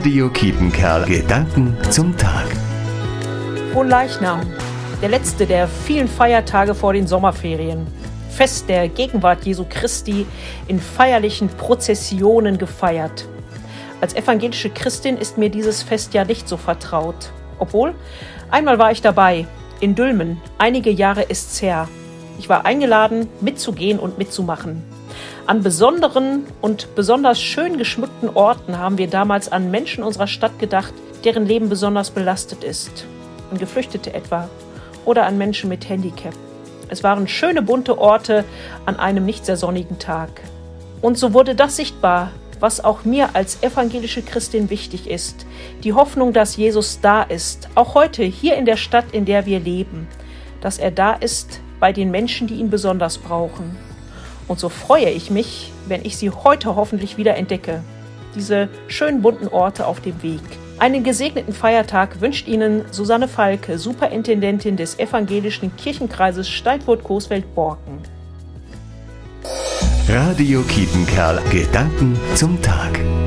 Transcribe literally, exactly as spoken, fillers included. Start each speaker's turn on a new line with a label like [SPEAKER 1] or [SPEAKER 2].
[SPEAKER 1] Radio Kiepenkerl. Gedanken zum Tag.
[SPEAKER 2] Fronleichnam, der letzte der vielen Feiertage vor den Sommerferien. Fest der Gegenwart Jesu Christi in feierlichen Prozessionen gefeiert. Als evangelische Christin ist mir dieses Fest ja nicht so vertraut. Obwohl, einmal war ich dabei, in Dülmen, einige Jahre ist's her. Ich war eingeladen, mitzugehen und mitzumachen. An besonderen und besonders schön geschmückten Orten haben wir damals an Menschen unserer Stadt gedacht, deren Leben besonders belastet ist. An Geflüchtete etwa oder an Menschen mit Handicap. Es waren schöne bunte Orte an einem nicht sehr sonnigen Tag. Und so wurde das sichtbar, was auch mir als evangelische Christin wichtig ist. Die Hoffnung, dass Jesus da ist, auch heute hier in der Stadt, in der wir leben. Dass er da ist bei den Menschen, die ihn besonders brauchen. Und so freue ich mich, wenn ich sie heute hoffentlich wieder entdecke. Diese schönen bunten Orte auf dem Weg. Einen gesegneten Feiertag wünscht Ihnen Susanne Falke, Superintendentin des Evangelischen Kirchenkreises Steinfurt-Coesfeld-Borken.
[SPEAKER 1] Radio Kiepenkerl. Gedanken zum Tag.